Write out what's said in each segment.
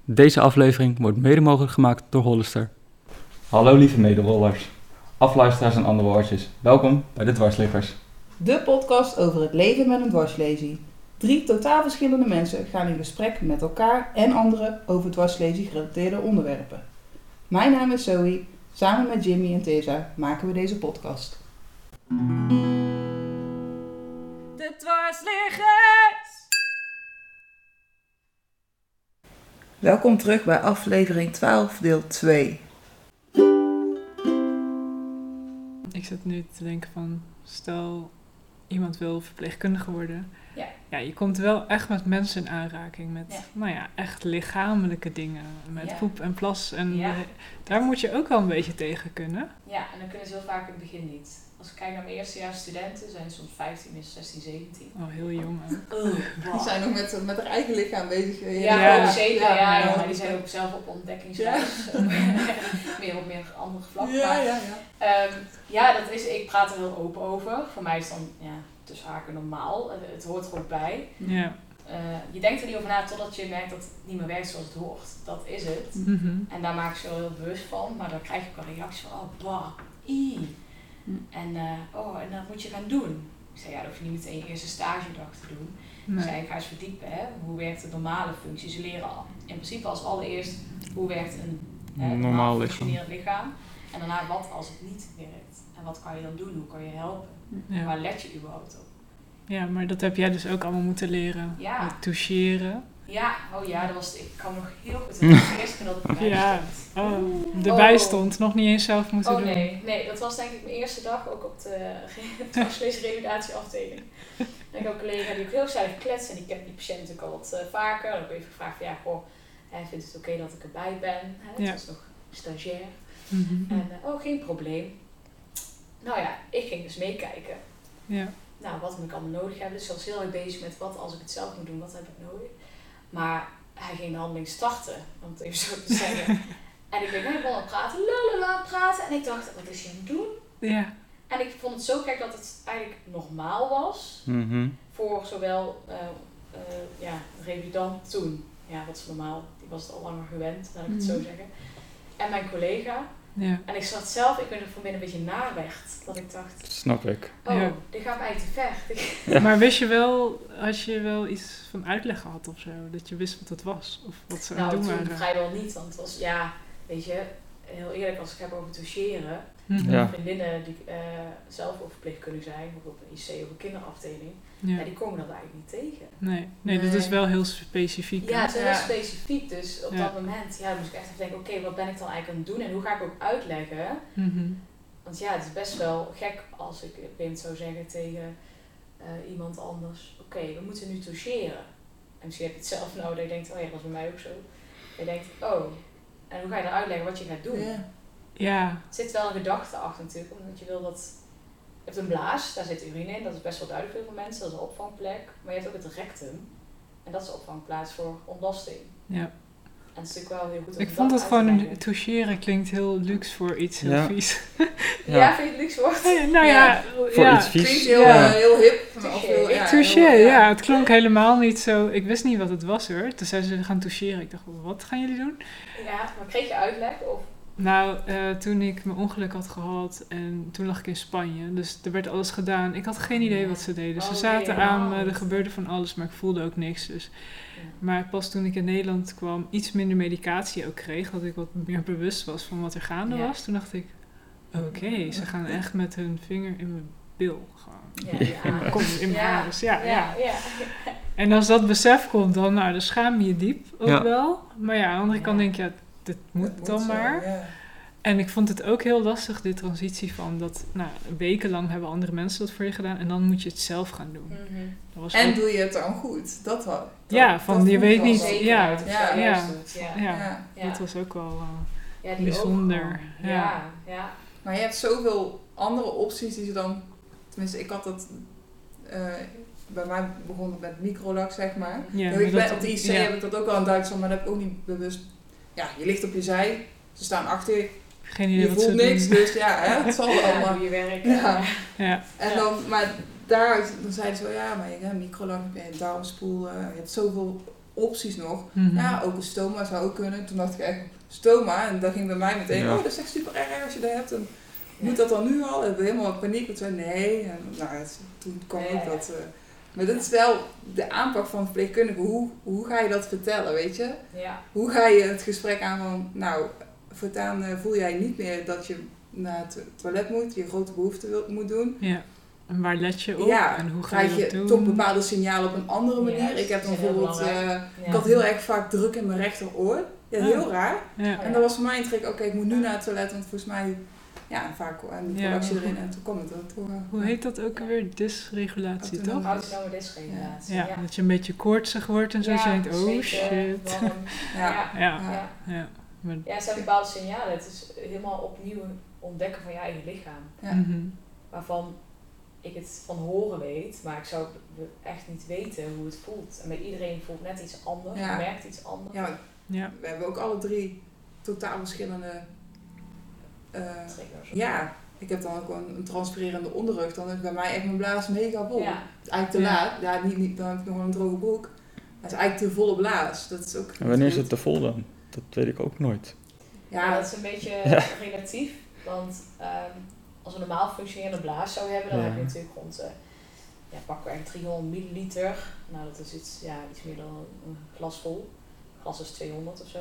Deze aflevering wordt mede mogelijk gemaakt door Hollister. Hallo lieve mederollers, afluisteraars en andere woordjes. Welkom bij de Dwarsliggers. De podcast over het leven met een dwarslesie. 3 totaal verschillende mensen gaan in gesprek met elkaar en anderen over dwarslesie gerelateerde onderwerpen. Mijn naam is Zoe. Samen met Jimmy en Tessa maken we deze podcast. De Dwarsliggers! Welkom terug bij aflevering 12 deel 2. Ik zit nu te denken van, stel iemand wil verpleegkundige worden. Ja, je komt wel echt met mensen in aanraking. Met, echt lichamelijke dingen. Met poep en plas. En daar moet je ook wel een beetje tegen kunnen. Ja, en dan kunnen ze heel vaak in het begin niet. Als ik kijk naar mijn eerstejaars studenten, zijn ze soms 15, 16, 17. Oh, heel jong hè? Die zijn nog met haar eigen lichaam bezig. Zeker. Maar die zijn ook zelf op ontdekkingsreis. Meer op meer andere vlakken. Dat is, ik praat er heel open over. Voor mij is dan tussen haken normaal. Het hoort er ook bij. Ja. Je denkt er niet over na totdat je merkt dat het niet meer werkt zoals het hoort. Dat is het. Mm-hmm. En daar maak ik ze wel heel bewust van. Maar dan krijg ik wel een reactie van, En dat moet je gaan doen. Ik zei, dat hoef je niet meteen je eerste stagedag te doen. Nee. Ik zei, ik ga eens verdiepen. Hoe werkt de normale functie? Ze leren al, in principe als allereerst hoe werkt een normaal functionerend lichaam. En daarna wat als het niet werkt. En wat kan je dan doen? Hoe kan je helpen? Ja. Waar let je überhaupt op? Ja, maar dat heb jij dus ook allemaal moeten leren. Ja. Met toucheren. Ja, dat was ik kan nog heel goed. Dat was de eerste keer dat ik erbij stond. Erbij stond. Nog niet eens zelf moeten doen. Nee, dat was denk ik mijn eerste dag, ook op de dwarsleesrevalidatieafdeling. Dan heb ik ook een collega die ook heel stijf kletst en die kent die patiënt natuurlijk al wat vaker. Dan heb ik even gevraagd van vindt het oké dat ik erbij ben? Het was nog stagiair. Mm-hmm. En geen probleem. Nou ja, ik ging dus meekijken. Ja. Nou, wat moet ik allemaal nodig hebben? Dus ik was heel erg bezig met wat als ik het zelf moet doen, wat heb ik nodig? Maar hij ging de handeling starten, om het even zo te zeggen. En ik ben helemaal aan het praten, En ik dacht, wat is hij aan het doen? Ja. En ik vond het zo gek dat het eigenlijk normaal was. Mm-hmm. Voor zowel de revalidant toen. Ja, wat is normaal? Die was het al langer gewend, laat ik het zo zeggen. En mijn collega. Ja. En ik zat zelf, ik ben er voor mij een beetje naar werd. Dat ik dacht, Snap ik. dit gaat mij eigenlijk te ver. Maar had je wel iets van uitleg gehad of zo? Dat je wist wat het was? Of wat ze aan het doen waren? Nou, vrijwel niet. Want het was, weet je, heel eerlijk als ik heb over toucheren. Mm-hmm. Ja. Vriendinnen die zelf ook verpleegkundig zijn, bijvoorbeeld op een IC of een kinderafdeling. Ja. Die komen dat eigenlijk niet tegen. Nee, dat is wel heel specifiek. Ja, het is heel specifiek. Dus op dat moment moest ik echt even denken, oké, wat ben ik dan eigenlijk aan het doen? En hoe ga ik ook uitleggen? Mm-hmm. Want het is best wel gek als ik het zou zeggen tegen iemand anders. Oké, we moeten nu toucheren. En misschien heb je het zelf dat je denkt, dat was bij mij ook zo. Je denkt, en hoe ga je dan uitleggen wat je gaat doen? Ja. Er zit wel een gedachte achter natuurlijk, omdat je wil dat... Je hebt een blaas, daar zit urine in, dat is best wel duidelijk voor heel veel mensen, dat is een opvangplek. Maar je hebt ook het rectum, en dat is de opvangplaats voor ontlasting. Ja. En het is natuurlijk wel heel goed om Ik vond dat het uit te gewoon, leggen. Toucheren klinkt heel luxe voor iets heel vies. Ja, vind je het luxe woord? Voor iets vies. Klinkt heel hip. Touché, het klonk helemaal niet zo. Ik wist niet wat het was hoor. Toen zeiden ze gaan toucheren. Ik dacht, wat gaan jullie doen? Ja, maar kreeg je uitleg? Of? Nou, toen ik mijn ongeluk had gehad en toen lag ik in Spanje. Dus er werd alles gedaan. Ik had geen idee wat ze deden. Ze zaten aan me, er gebeurde van alles, maar ik voelde ook niks. Dus. Maar pas toen ik in Nederland kwam, iets minder medicatie ook kreeg, dat ik wat meer bewust was van wat er gaande was. Toen dacht ik, oké, ze gaan echt met hun vinger in mijn bil gewoon. In mijn kop, in mijn haren. Ja. En als dat besef komt, dan schaam je diep ook wel. Maar aan de andere kant denk je, dit moet dan maar. Ja. En ik vond het ook heel lastig, de transitie van dat, wekenlang hebben andere mensen dat voor je gedaan en dan moet je het zelf gaan doen. Mm-hmm. Dat was en doe je het dan goed? Je weet niet. Dat was ook wel bijzonder. Ja. Maar je hebt zoveel andere opties die ze dan, tenminste ik had dat, bij mij begon het met microlax zeg maar. Ja, op de IC heb ik dat ook al in Duitsland, maar dat heb ik ook niet bewust. Ja, je ligt op je zij, ze staan achter je. Geen idee je wat voelt ze niks, doen. dus het zal allemaal. Je werk. En dan, maar daaruit, dan zeiden ze maar je hebt microlax, je hebt een darmspoel, je hebt zoveel opties nog. Mhm. Ja, ook een stoma zou ook kunnen. Toen dacht ik echt, stoma. En dan ging bij mij meteen, Ja. dat is echt super erg als je dat hebt. En moet dat dan nu al? Hebben we helemaal paniek. Want zei nee. En, toen kwam ook Ja. dat... maar dat is wel de aanpak van verpleegkundigen. Hoe ga je dat vertellen, weet je? Ja. Hoe ga je het gesprek aan van, voortaan voel jij niet meer dat je naar het toilet moet, je grote behoefte moet doen. Ja. En waar let je op? Ja, En hoe ga je krijg dat je doen? toch bepaalde signalen op een andere manier. Juist, Ik heb dan dat is heel bijvoorbeeld, belangrijk. ik had heel erg vaak druk in mijn rechteroor. Ja, heel raar. Ja. En dat was voor mij een trick, oké, ik moet nu naar het toilet, want volgens mij, vaak die Ja, collectie maar erin en toen kwam het er toch. Hoe heet dat ook alweer? Dysregulatie, toch? Autonome dysregulatie. Ja, dat je een beetje koortsig wordt en zo. Ja, je denkt, oh zweten, shit. warm. Ja. Ja, Ja. ja. Maar, Ja, het zijn bepaalde signalen. Het is helemaal opnieuw ontdekken van je eigen lichaam. Ja. mhm. Waarvan ik het van horen weet, maar ik zou echt niet weten hoe het voelt. En bij iedereen voelt net iets anders, Ja. merkt iets anders. Ja, maar Ja. we hebben ook alle 3 totaal verschillende... Triggers. ja, ik heb dan ook een transfererende onderrug. Dan is bij mij echt mijn blaas mega vol. Ja. Het is eigenlijk te Ja. laat. Ja, niet, dan heb ik nog wel een droge broek. Maar het is eigenlijk te volle blaas. Dat is ook En wanneer is niet het te vol dan? Dat weet ik ook nooit. Ja, dat is een beetje relatief. Want als we een normaal functionerende blaas zou hebben, dan Ja. heb je natuurlijk rond pakken we 300 milliliter. Nou, dat is iets meer dan een glas vol. Glas is 200 of zo.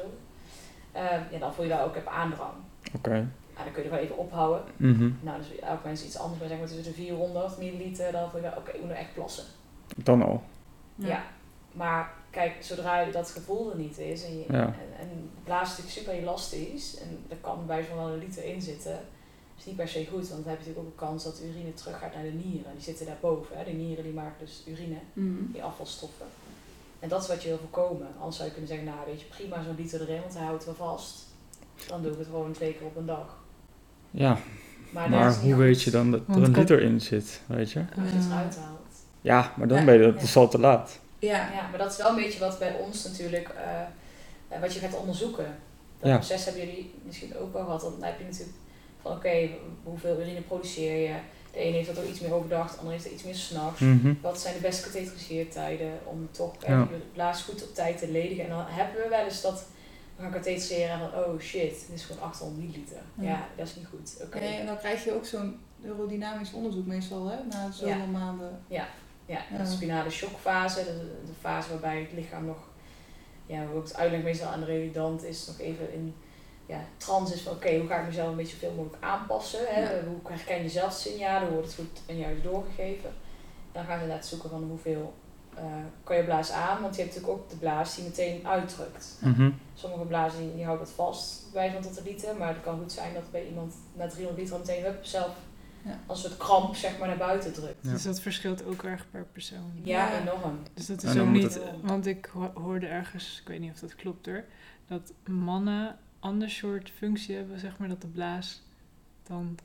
Dan voel je daar ook even aandrang. Oké. Dan kun je er wel even ophouden. Mhm. Nou, dus elk mens iets anders, maar zeg maar tussen de 400 milliliter, dan voel je wel, oké, ik moet nou echt plassen. Dan al. Ja. Maar kijk, zodra dat gevoel er niet is en blaas is natuurlijk super elastisch en er kan bij zo'n wel een liter in zitten, is niet per se goed, want dan heb je natuurlijk ook een kans dat de urine teruggaat naar de nieren. Die zitten daarboven, hè. De nieren die maken dus urine, die afvalstoffen. En dat is wat je wil voorkomen. Anders zou je kunnen zeggen, nou weet je, prima zo'n liter erin, want hij houdt wel vast. Dan doe ik het gewoon 2 keer op een dag. Ja, Maar maar dat is niet hoe weet goed je dan dat er Want een kan- liter in zit, weet je? als je het eruit haalt. Ja, maar dan Ja. ben je dat is al te laat. Ja. Ja, maar dat is wel een beetje wat bij ons natuurlijk, wat je gaat onderzoeken. Dat Ja. proces hebben jullie misschien ook wel gehad. Dan heb je natuurlijk van oké, hoeveel urine produceer je? De ene heeft dat ook iets meer overdag, de andere heeft er iets meer 's nachts. Mhm. Wat zijn de beste katheteriseertijden om toch Ja. je blaas goed op tijd te ledigen? En dan hebben we wel eens dat we gaan katheteriseren en dan oh shit, dit is gewoon 800 milliliter. Ja, dat is niet goed. Oké. Nee, en dan krijg je ook zo'n neurodynamisch onderzoek meestal, hè, na zoveel maanden. Ja, de spinale shockfase, de fase waarbij het lichaam nog, hoe ik het uitleg meestal aan de revidant is, nog even in trance is van oké, hoe ga ik mezelf een beetje zoveel mogelijk aanpassen? Hè? Ja. Hoe herken je zelf signalen? Hoe wordt het goed en juist doorgegeven? Dan gaan ze inderdaad zoeken van hoeveel kan je blaas aan, want je hebt natuurlijk ook de blaas die meteen uitdrukt. Mhm. Sommige blazen die houden het vast bij van tot de liter, maar het kan goed zijn dat bij iemand na 300 liter meteen zelf als een soort kramp zeg maar naar buiten drukt. Ja. Dus dat verschilt ook erg per persoon. Ja, enorm. Dus dat En is dan ook moet niet, het- want ik hoorde ergens, ik weet niet of dat klopt hoor, dat mannen ander soort functie hebben, zeg maar, dat de blaas dan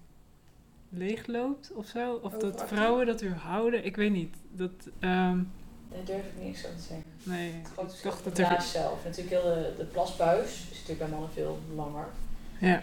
leegloopt of zo. Of dat Overactief? vrouwen dat weer houden, ik weet niet. Dat, Daar durf ik niks over te zeggen. nee, Het grote ik verschil dacht met dat de er... blaas zelf. Natuurlijk heel de plasbuis is natuurlijk bij mannen veel langer. Ja,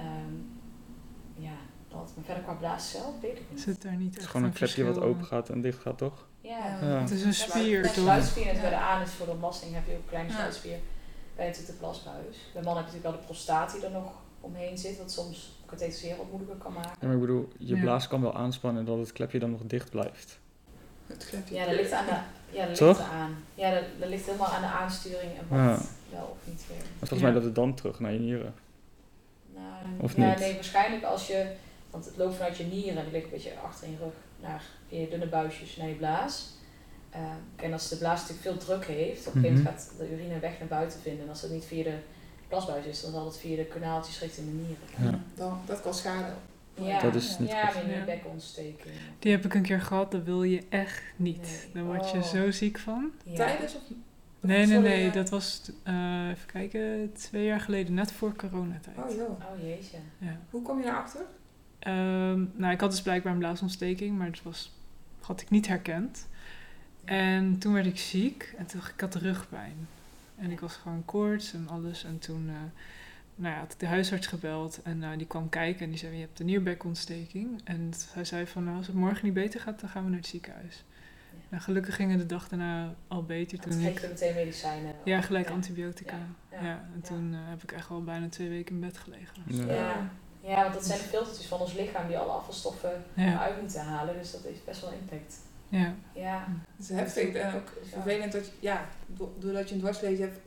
Maar verder qua blaas zelf weet ik niet. zit daar niet Het is echt gewoon een klepje wat verschil in. open gaat en dicht gaat, toch? Ja. Ja. Ja. Het is een spier, De toch? sluitspier, net Ja. bij de anus voor de ontlasting heb je ook een kleine Ja. sluitspier. Bij natuurlijk de plasbuis. Bij mannen heb je natuurlijk wel de prostaat die er nog omheen zit, wat soms katheteriseren wat moeilijker kan maken. Ja, maar ik bedoel, je Ja. blaas kan wel aanspannen en dat het klepje dan nog dicht blijft. Het klepje. Ja, dat ligt aan de, Toch? ligt eraan. Ja, dat ligt helemaal aan de aansturing en wat Ja. wel of niet werkt. Maar volgens Ja. mij dat het dan terug naar je nieren. Nou, Of ja, niet? nee, waarschijnlijk als je, want het loopt vanuit je nieren en die ligt een beetje achter in je rug naar via je dunne buisjes naar je blaas. En als de blaas natuurlijk veel druk heeft, op een gegeven moment gaat de urine weg naar buiten vinden. En als dat niet via de plasbuis is, dan zal het via de kanaaltjes richting de nieren. Ja. Dat kan schade. Ja, Dat is niet ja, goed. maar in Ja. de bekontsteking. Die heb ik een keer gehad, dat wil je echt niet. Nee. Daar word je Oh. zo ziek van. Ja. Tijdens of... Nee, dat was, even kijken, 2 jaar geleden, net voor coronatijd. Oh joh. Oh jeetje. Ja. Hoe kom je daarachter? Nou, ik had dus blijkbaar een blaasontsteking, maar dat had ik niet herkend. En toen werd ik ziek en toen ik had rugpijn. En ik was gewoon koorts en alles. En toen had ik de huisarts gebeld en die kwam kijken en die zei, je hebt een nierbekontsteking. En hij zei van, als het morgen niet beter gaat, dan gaan we naar het ziekenhuis. Nou, gelukkig gingen de dag daarna al beter Toen toen kreeg ik... je meteen medicijnen. Ja, gelijk Ja. antibiotica. Ja. Ja. En toen heb ik echt wel bijna 2 weken in bed gelegen. Ja, want dat zijn de filtertjes van ons lichaam die alle afvalstoffen uit moeten halen. Dus dat heeft best wel impact. Ja. Ja. Het is heftig en ook vervelend dat doordat je een dwarslezen hebt,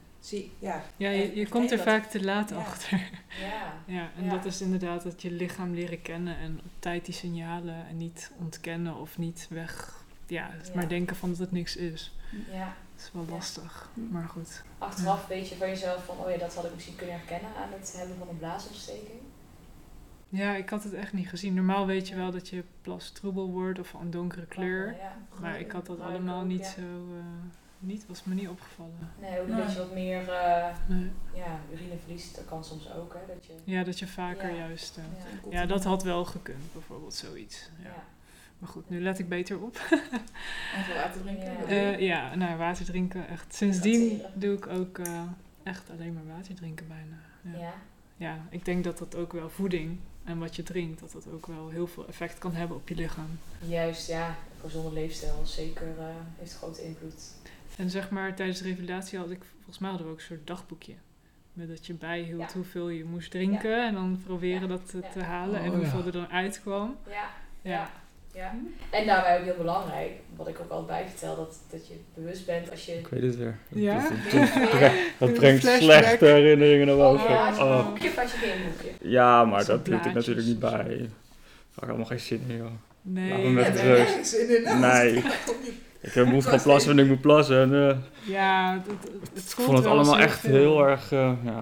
Je komt er vaak te laat achter. Ja. En dat is inderdaad dat je lichaam leren kennen en op tijd die signalen en niet ontkennen of niet maar denken van dat het niks is. Ja. Dat is wel lastig, maar goed. Achteraf weet je van jezelf van, dat had ik misschien kunnen herkennen aan het hebben van een blaasontsteking. Ja, ik had het echt niet gezien. Normaal weet je wel dat je plas troebel wordt of een donkere kleur. Maar ik had dat allemaal niet zo... was me niet opgevallen. Nee, ook dat je wat meer urine verliest. Dat kan soms ook, hè. Dat je... Ja, dat je vaker juist... dat had wel gekund, bijvoorbeeld zoiets. Ja. Maar goed, nu let ik beter op. En veel water drinken? Water drinken echt. Sindsdien doe ik ook echt alleen maar water drinken bijna. Ja, ik denk dat dat ook wel voeding en wat je drinkt, dat dat ook wel heel veel effect kan hebben op je lichaam. Juist, ja. Een gezonde leefstijl zeker heeft grote invloed. En zeg maar, tijdens de revalidatie volgens mij hadden we ook een soort dagboekje. Met dat je bijhield hoeveel je moest drinken en dan proberen dat te halen en hoeveel er dan uitkwam. Ja. En daarbij ook heel belangrijk, wat ik ook altijd bijvertel, dat je bewust bent als je... Ik weet het weer. Ja? Dat brengt slechte herinneringen naar boven. Een boekje of had je geen boekje? Ja, maar dat doet ik natuurlijk niet bij. Daar had ik helemaal geen zin in, joh. Nee. Laat me met rust. Nee. Ik moest gewoon plassen en ik moet plassen. En, het ik vond het allemaal echt heel erg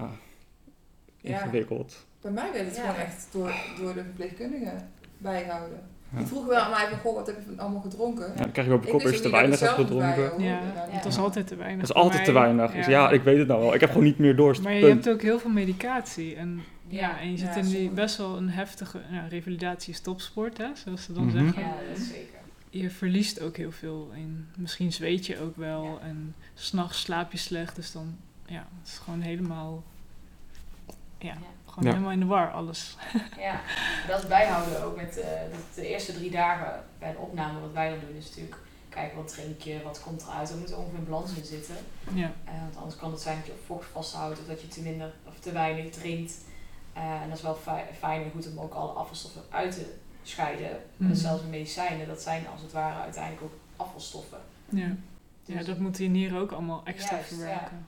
ingewikkeld. Bij mij werd het gewoon echt door de verpleegkundige bijgehouden. Die vroeg wel aan mij van, goh, wat heb je allemaal gedronken? Ja, dan krijg je op je kop als je te weinig hebt gedronken. Het was altijd te weinig. Het is altijd te weinig. Dus ik weet het nou wel. Ik heb gewoon niet meer dorst. Maar je hebt ook heel veel medicatie. En je zit in best wel een heftige revalidatie is topsport, hè, zoals ze dan zeggen. Ja, dat is zeker. Je verliest ook heel veel. En misschien zweet je ook wel. En 's nachts slaap je slecht. Dus dan, het is gewoon helemaal... helemaal in de war, alles. Ja, dat bijhouden ook met de eerste 3 dagen bij de opname. Wat wij dan doen is natuurlijk kijken wat drink je, wat komt eruit. Er moet ongeveer een balans in zitten. Ja. Want anders kan het zijn dat je op vocht vasthoudt of dat je te minder of te weinig drinkt. En dat is wel fijn en goed om ook alle afvalstoffen uit te scheiden. En zelfs medicijnen, dat zijn als het ware uiteindelijk ook afvalstoffen. Ja, dus dat moeten je nieren ook allemaal extra verwerken.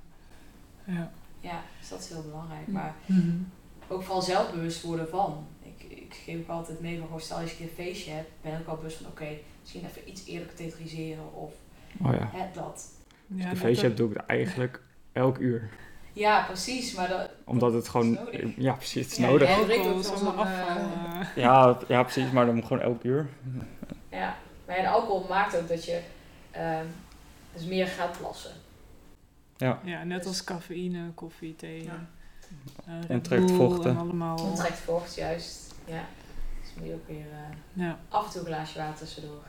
Ja, dus dat is heel belangrijk. Maar ook vooral zelfbewust worden van. Ik geef ook altijd mee van, stel als je een feestje hebt, ben ik al bewust van, misschien even iets eerder katheteriseren of dat. Als ik een feestje heb, doe ik het eigenlijk elk uur. Ja, precies, maar omdat het gewoon... Ja, precies, het is nodig. Alcohol is allemaal afval. Ja, precies, maar dan gewoon elk uur. Ja, maar de alcohol maakt ook dat je dus meer gaat plassen. Ja, net als cafeïne, koffie, thee. Onttrekt vocht. Onttrekt vocht, juist. Ja. Dus moet je ook weer af en toe een glaasje water tussendoor.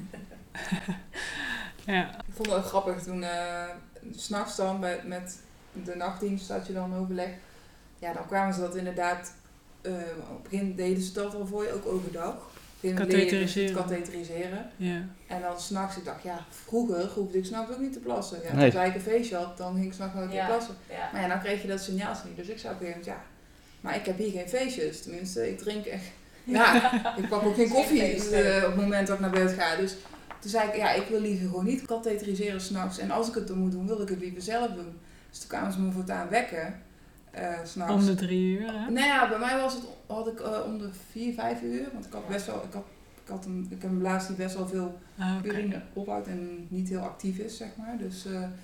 Ik vond het wel grappig toen 's nachts dan met de nachtdienst had je dan overleg. Ja, dan kwamen ze dat inderdaad... op het begin deden ze dat al voor je, ook overdag. Katheteriseren. Ja. En dan s'nachts, ik dacht, vroeger hoefde ik s'nachts ook niet te plassen. Ja, als ik een feestje had, dan ging ik s'nachts nog een keer plassen. Ja. Maar dan kreeg je dat signaal niet. Dus ik zei op een gegeven moment, maar ik heb hier geen feestjes. Tenminste, ik drink echt... ik pak ook geen koffie op het moment dat ik naar bed ga. Dus toen zei ik, ik wil liever gewoon niet katheteriseren s'nachts. En als ik het dan moet doen, wil ik het liever zelf doen. Dus toen kwamen ze me voortaan wekken. 's nachts. Om de 3 uur, hè? Nou ja, bij mij had ik om de 4, 5 uur. Want ik had best wel... Ik heb een blaas die best wel veel urine ophoudt en niet heel actief is, zeg maar. Dus,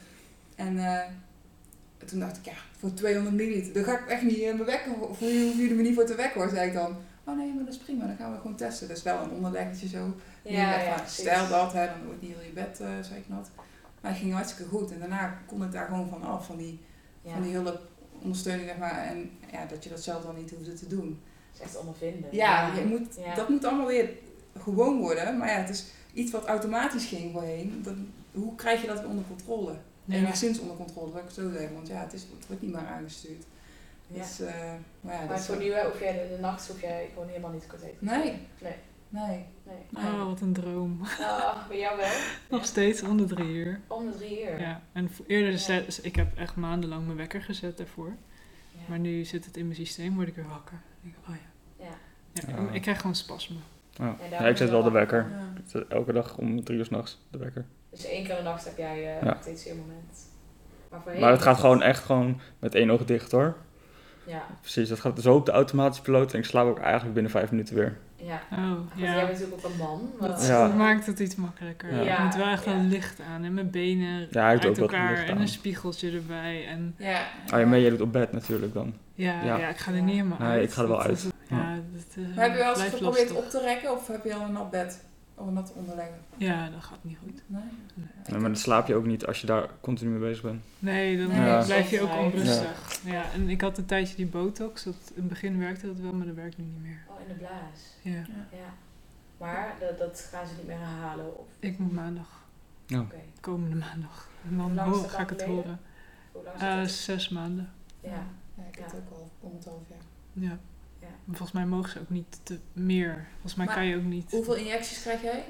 toen dacht ik, voor 200 milliliter, daar ga ik echt niet me wekken. Of hoef je me niet voor te wekken, hoor, zei ik dan. Oh nee, maar dat is prima, dan gaan we gewoon testen. Dat is wel een onderleggetje zo. Stel dat, dan wordt niet heel je bed, zei ik nat. Maar het ging hartstikke goed. En daarna kon ik daar gewoon van af, van die hulpondersteuning, zeg maar. En dat je dat zelf dan niet hoefde te doen. Dat is echt ondervinden. Dat moet allemaal weer gewoon worden. Maar het is iets wat automatisch ging voorheen. Hoe krijg je dat weer onder controle? Enigszins onder controle, wil ik het zo zeggen. Want het wordt niet maar aangestuurd. Dus, maar voor nu hoef jij de nacht hoef jij gewoon helemaal niet te katheten. Nee. Nee. Nee. Oh, wat een droom. Bij jou wel? Nog steeds om de 3 uur. Om de 3 uur. Ja, en eerder ik heb echt maandenlang mijn wekker gezet daarvoor. Ja. Maar nu zit het in mijn systeem, word ik weer wakker. Dan denk ik, oh ja. Ja. Ja, ik krijg gewoon spasme. Ja. En daar Ja, ik zet wel de wekker. Ja. Ik zet elke dag om 3 uur 's nachts de wekker. Dus 1 keer in de nacht heb jij Ja. het moment. Maar het gaat gewoon echt gewoon met 1 oog dicht hoor. Ja. Precies, dat gaat zo op de automatische piloot en ik slaap ook eigenlijk binnen 5 minuten weer. Ja. Oh, Want jij ja. bent natuurlijk ook een man. Dat Ja. maakt het iets makkelijker. Ja. Ik moet wel echt Ja. een licht aan en mijn benen Ja, ik doe uit ook wel elkaar licht en aan. een spiegeltje erbij. En Ja. Oh ja, maar jij doet op bed natuurlijk dan. ja, Ja. ik ga er niet helemaal Nee, uit. ik ga er wel Dat uit. is- ja, dat Maar heb je wel eens blijft geprobeerd lastig. op te rekken of heb je al een nat bed? Of een nat onderleggen? Ja, dat gaat niet goed. Nee. Ja, maar dan slaap je ook niet als je daar continu mee bezig bent. Nee, dan Nee, blijf je ook soms onrustig. Ja. En ik had een tijdje die botox. In het begin werkte dat wel, maar dat werkt nu niet meer. Oh, in de blaas. Ja. Ja. Maar dat gaan ze niet meer herhalen. Of... Ik moet maandag. Ja. Oké. Komende maandag. En Hoe dan lang is dat ga ik dan het geleden? horen. Hoe lang is dat? 6 maanden. Ja. Ja, ik heb het ook al om het half jaar. Ja. Ja. Maar volgens mij mogen ze ook niet te meer. Volgens mij Maar kan je ook niet. Hoeveel injecties krijg jij?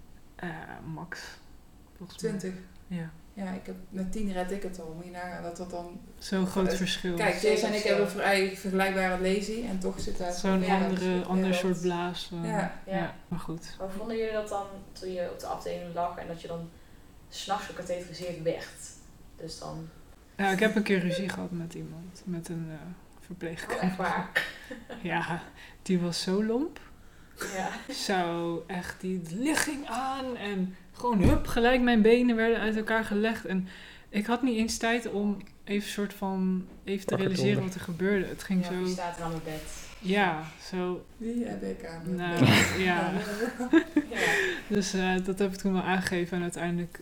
Max. Volgens mij. 20. Ja. Ja, ik heb, met 10 red ik het al. Moet je nagaan dat dan... Zo'n groot Het- verschil. Kijk, Jason en ik hebben vrij vergelijkbare lezing en toch zit daar... Zo'n ja, ander wereld. soort blaas. Ja. Ja. Maar goed. Hoe vonden jullie dat dan toen je op de afdeling lag en dat je dan 's nachts gecatheteriseerd werd? Dus dan... Ja, ik heb een keer ruzie gehad met iemand. Met een Oh, verpleegkundige. echt waar? Ja, die was zo lomp. Ja. Zo, echt, die ligging aan en gewoon hup, gelijk mijn benen werden uit elkaar gelegd. En ik had niet eens tijd om even te Wakker te realiseren worden. wat er gebeurde. Het ging Ja, die zo, staat er aan mijn bed. ja, zo, Die heb ik aan. nou, ja. Ja. Dus dat heb ik toen wel aangegeven en uiteindelijk,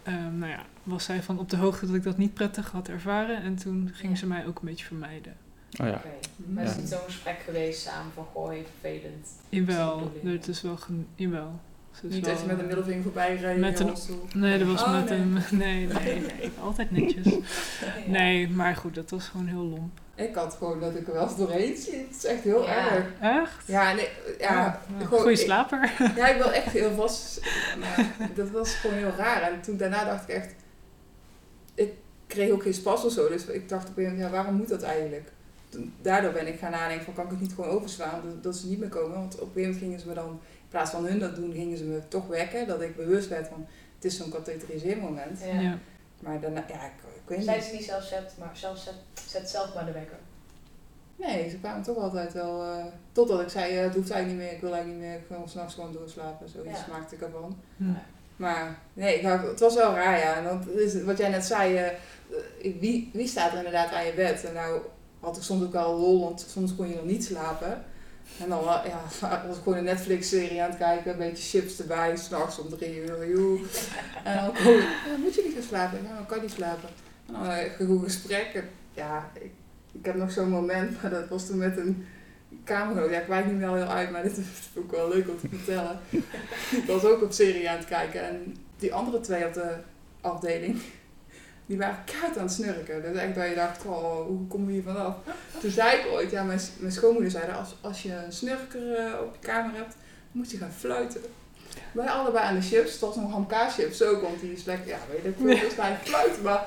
was zij van op de hoogte dat ik dat niet prettig had ervaren. En toen ging Ja. ze mij ook een beetje vermijden. Oh ja. Oké. Maar het is Ja. niet zo'n gesprek geweest samen van, goh, heel vervelend. Jawel, bedoeling. het is wel, jawel. Ze is Niet wel, dat je met een middelvinger voorbij rijdt met in je een- rolstoel. Nee, dat was Oh, met nee. een... Nee, altijd netjes. Ja. Nee, maar goed, dat was gewoon heel lomp. Ik had gewoon dat ik er wel eens doorheen zie. Het is echt heel Ja. erg. Echt? Ja, nee, ja, Ja, gewoon- goeie ik- slaper. Ja, ik wil echt heel vast. Maar dat was gewoon heel raar. En toen daarna dacht ik echt... Ik kreeg ook geen spas of zo. Dus ik dacht op een gegeven moment, ja, waarom moet dat eigenlijk? Daardoor ben ik gaan nadenken van, kan ik het niet gewoon overslaan? Dat ze niet meer komen. Want op een gegeven moment gingen ze me dan... In plaats van hun dat doen, gingen ze me toch wekken. Dat ik bewust werd van, het is zo'n katheteriseermoment. Ja. Ja. Maar daarna, ja, ik weet Zei niet. ze niet zelf, zet zelf maar de wekker. Nee, ze kwamen toch altijd wel... totdat ik zei, het hoeft eigenlijk niet meer, ik wil eigenlijk niet meer. Ik wil 's nachts gewoon doorslapen. Zoiets Ja. maakte ik ervan. Hm. Maar nee, het was wel raar, ja. En dat is wat jij net zei, wie staat er inderdaad aan je bed? En nou had ik soms ook wel lol, want soms kon je nog niet slapen. En dan was ik gewoon een Netflix-serie aan het kijken, een beetje chips erbij, s'nachts om 3 uur. Joe. En dan kon moet je niet gaan slapen? Ja, dan kan je niet slapen. En dan een goed gesprek. En, ja, ik heb nog zo'n moment, maar dat was toen met een kamergenoot. Ja, ik wijk niet wel heel uit, maar dit is ook wel leuk om te vertellen. Ik was ook op serie aan het kijken en die andere 2 op de afdeling, die waren keihard aan het snurken. Dus echt dat je dacht, oh, hoe kom je hier vanaf? Toen zei ik ooit, ja, mijn schoonmoeder zei, als je een snurker op je kamer hebt, moet je gaan fluiten. Wij allebei aan de chips, het was nog hamkaaschips ook, want die is lekker, ja, weet ik veel, dus wij fluiten, maar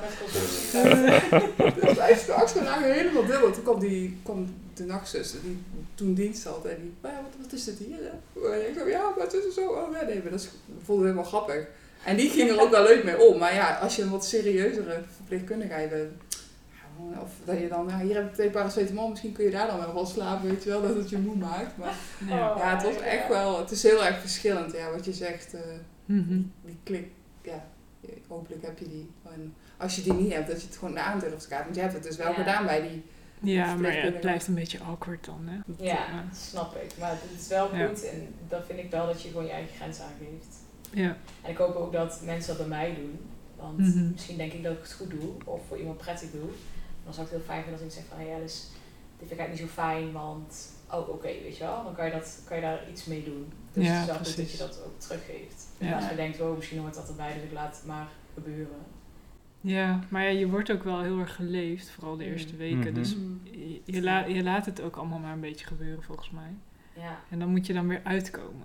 dus wij straks lagen helemaal dubbel. Toen kwam de nachtzuster, die toen dienst had, en die, ja, wat is dit hier? Hè? En ik zei, ja, maar het is zo, oh nee, maar dat voelde helemaal grappig. En die ging er ook wel leuk mee om, maar ja, als je een wat serieuzere verpleegkundige bent, of dat je dan, hier heb ik 2 paracetamol, misschien kun je daar dan wel van slapen, weet je wel, dat het je moe maakt. Maar Ja. Oh. ja, het was echt wel, het is heel erg verschillend, ja, wat je zegt, Mhm. die klik, ja, hopelijk heb je die. En als je die niet hebt, dat je het gewoon aan durft te kijken, want je hebt het dus wel Ja. gedaan bij die. Ja, maar ja, het blijft een beetje awkward dan, hè? Ja, snap ik. Maar het is wel Ja. goed en dat vind ik wel dat je gewoon je eigen grens aangeeft. Ja. En ik hoop ook dat mensen dat bij mij doen. Want Mhm. misschien denk ik dat ik het goed doe of voor iemand prettig doe. Dan zou ik het heel fijn vinden als iemand zegt van, ja, dus dit vind ik niet zo fijn, want oké, weet je wel. Dan kan je daar iets mee doen. Dus Ja, het is wel goed precies. dat je dat ook teruggeeft. Ja. En als je denkt, oh, misschien hoort dat erbij, dus ik laat het maar gebeuren. Ja, maar ja, je wordt ook wel heel erg geleefd, vooral de eerste weken. Mhm. Dus je laat het ook allemaal maar een beetje gebeuren, volgens mij. Ja. En dan moet je dan weer uitkomen.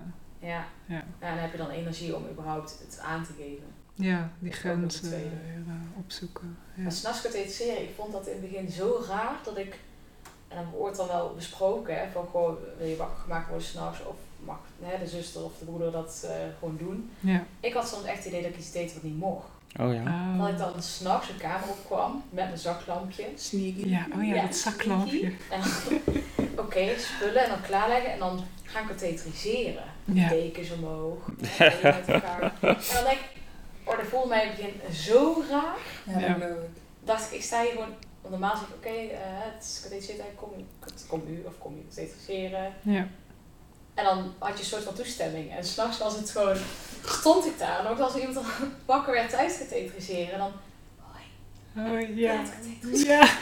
Ja. Ja, Ja, en dan heb je dan energie om überhaupt het aan te geven. ja die Dat is ook nog grenzen de tweede. opzoeken. Ja. Maar 's nachts katheteriseren, ik vond dat in het begin zo raar dat ik, en dan wordt dan wel besproken, hè, van gewoon wil je wakker gemaakt worden 's nachts of mag de zuster of de broeder dat gewoon doen. Ja. Ik had soms echt het idee dat ik iets deed wat niet mocht. Oh ja. Dat ik dan 's nachts een kamer opkwam met mijn zaklampje. Sneaky. Ja, oh ja, Ja, dat zaklampje. En oké, spullen en dan klaarleggen en dan gaan katheteriseren. Ja. Dekens omhoog, met elkaar. En dan denk ik, dat voelde mij in het begin zo raar. Ja, dat Ja. geloof ik. Dacht ik sta hier gewoon, want normaal zeg ik oké, het is katheteriseren, kom u of kom je katheteriseren. Ja. En dan had je een soort van toestemming. En s'nachts was het gewoon, stond ik daar. En ook als iemand dan wakker werd tijdens katheteriseren. En dan, Oh ja. ja, het katheteriseren. Ja.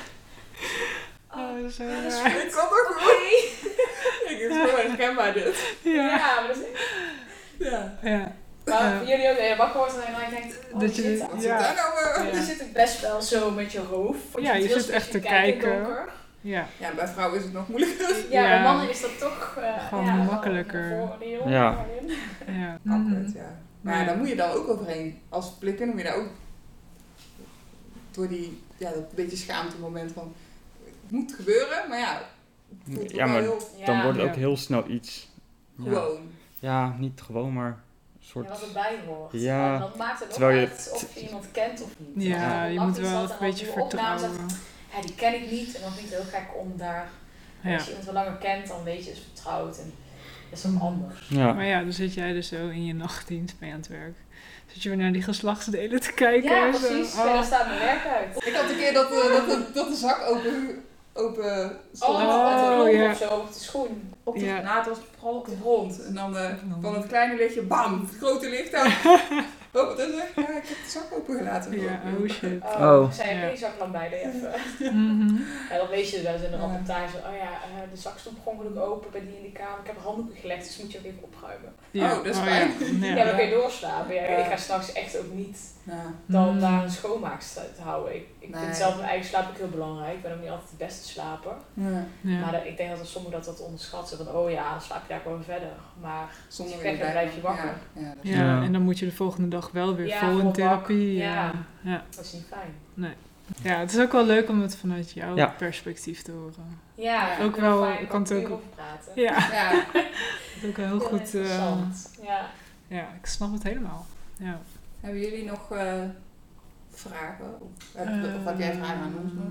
Oh, dat is zo Ja, dat is raar. goed. Ik kan ook Oké. gewoon. Ik is gewoon herkenbaar dit. Ja. Ja, maar dat is echt... Ja. Ja. Maar voor jullie ook, dat je wakker wordt en dan denkt, Dat je- shit, Wat Ja. zit daar nou Ja. je zit ook best wel zo met je hoofd. Want Ja, je heel zit echt te specifiek kijkt in kijken. het donker. Ja. Ja, bij vrouwen is het nog moeilijker. Ja, Ja. bij mannen is dat toch Gewoon wel makkelijker. een voordeel. Ja. Ja. Awkward, ja. Maar ja, Ja. daar moet je dan ook overheen. Als verplikker moet je daar ook door die, ja, dat beetje schaamte moment van, het moet gebeuren, maar ja, het voelt Ja, wel maar heel Ja. Dan wordt het Ja. ook heel snel iets. Ja. gewoon. Ja, niet gewoon, maar een Ja, soort... wat erbij hoort. Ja, En dan maakt het ook terwijl je uit of je iemand kent of niet. Ja, En je dan moet is wel dat een en dan beetje doen we opnames, vertrouwen. ja, die ken ik niet. En dan vind ik het heel gek om daar, Ja. als je iemand wel langer kent, dan weet je, is vertrouwd. En dat is dan anders. Ja. Maar ja, dan zit jij dus zo in je nachtdienst bij aan het werk. Zit je weer naar die geslachtsdelen te kijken. Ja, en zo. precies. Oh. Daar staat mijn werk uit. Ik had een keer dat de zak open stond. Oh, het ja. of zo, op de schoen. Op de, Ja. nou, het was vooral op de grond. En dan van het kleine lichtje, bam, het grote licht aan. Oh, wat is er? Ja, ik heb de zak opengelaten. Ja, oh shit. Oh. Ik zei, Ja. die zaklamp bij, deed even. Mhm. Ja, dan weet je wel eens in de Ja. rapportage, oh ja, de zak stond ongeluk open bij die in die kamer. Ik heb er handdoeken gelegd, dus moet je ook even opruimen. Ja. Oh, dat is ja. fijn. Ja. Ja, dan kun je doorslapen. Ja, Ja. Ik ga s'nachts echt ook niet Ja. dan Mm. daar een schoonmaakster te houden. Ik Nee. vind zelf mijn eigen slaap ook heel belangrijk. Ik ben ook niet altijd de beste slaper. Ja. Ja. Maar ik denk dat er sommigen dat onderschatten. Van, oh ja, dan slaap je daar gewoon verder. Maar Zonder als je pech hebt, blijf je wakker. Ja, dat Ja, Ja. en dan moet je de volgende dag wel weer Ja, vol in vol therapie. bak. Ja. Ja. Ja. Dat is niet fijn. Ja, het is ook wel leuk om het vanuit jouw Ja. perspectief te horen. Ja, Ook ik wel, fijn, ik kan het er ook- over praten. Ja, Ja. dat is ook wel heel goed. Interessant. Ja. Ja, ik snap het helemaal. Ja. Hebben jullie nog vragen? Of heb jij vragen aan ons nog?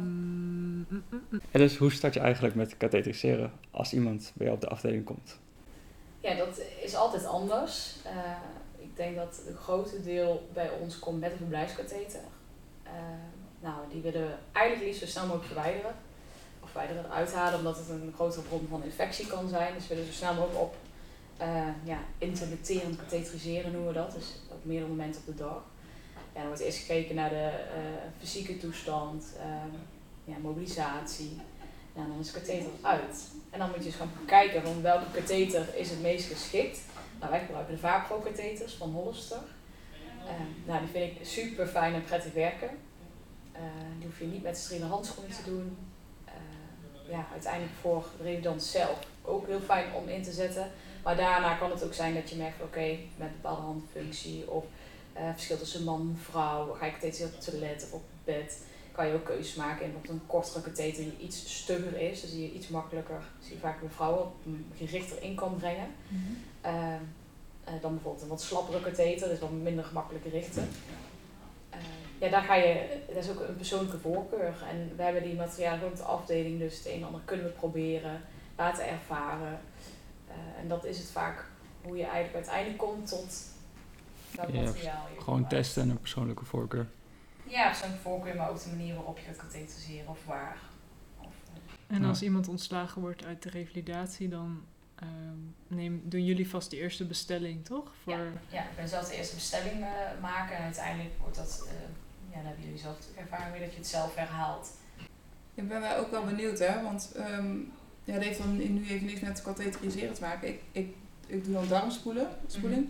En dus hoe start je eigenlijk met katheteriseren als iemand bij jou op de afdeling komt? Ja, dat is altijd anders. Ik denk dat een grote deel bij ons komt met een verblijfskatheter. Nou, die willen we eigenlijk liefst zo snel mogelijk verwijderen. Of verwijderen eruit halen, omdat het een grotere bron van infectie kan zijn. Dus we willen zo snel mogelijk op intermitterend katheteriseren noemen we dat. Dus op meerdere momenten op de dag. Ja, dan wordt eerst gekeken naar de fysieke toestand, mobilisatie. Ja, dan is de katheter uit. En dan moet je dus gaan kijken van welke katheter is het meest geschikt. Nou, wij gebruiken de Vapro-katheters van Hollister. Nou, die vind ik super fijn en prettig werken. Die hoef je niet met steriele handschoenen te doen. Uiteindelijk voor de redundant zelf ook heel fijn om in te zetten. Maar daarna kan het ook zijn dat je merkt van oké, met een bepaalde handfunctie of verschil tussen man en vrouw, ga ik katheteriseren op het toilet of op het bed, kan je ook keuzes maken. En bijvoorbeeld een kortere katheter die iets stugger is, dus die je iets makkelijker, zie je vaak bij vrouwen, gerichter in kan brengen. Dan bijvoorbeeld een wat slappere katheter, dus wat minder gemakkelijk richten. Dat is ook een persoonlijke voorkeur. En we hebben die materialen ook op de afdeling, dus het een en ander kunnen we proberen, laten ervaren. En dat is het vaak hoe je eigenlijk uiteindelijk komt tot welk Ja, materiaal je Gewoon gebruikt. testen en een persoonlijke voorkeur. Ja, persoonlijke voorkeur, maar ook de manier waarop je gaat katheteriseren of waar. En Ja. als iemand ontslagen wordt uit de revalidatie, dan doen jullie vast de eerste bestelling, toch? Voor... Ja, ik ben zelf de eerste bestelling maken en uiteindelijk wordt dat, dan hebben jullie zelf natuurlijk ervaring mee dat je het zelf herhaalt. Ik ben wel ook wel benieuwd, hè, want dat heeft dan nu even niks met katheteriseren te maken. Ik doe dan darmspoeling.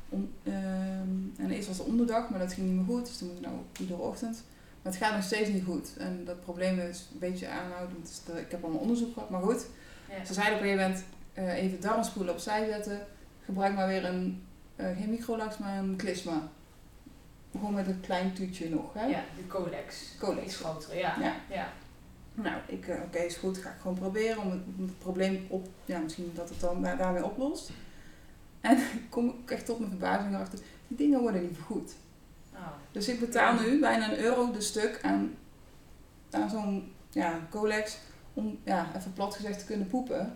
En eerst was de onderdag, maar dat ging niet meer goed, dus dan moet ik nou iedere ochtend. Maar het gaat nog steeds niet goed. En dat probleem is een beetje aanhoudend. Ik heb allemaal onderzoek gehad, maar goed. Ja. Ze zeiden op een gegeven moment even darmspoelen opzij zetten. gebruik maar weer geen microlax, maar een klisma. Gewoon met een klein tuutje nog. Hè? Ja, de Colex. Iets groter, ja. Nou, oké, is goed. Ga ik gewoon proberen om het probleem misschien dat het dan daarmee oplost. En ik kom echt tot mijn verbazing achter, die dingen worden niet vergoed. Oh. Dus ik betaal nu bijna €1 de stuk aan zo'n Colex om even plat gezegd te kunnen poepen.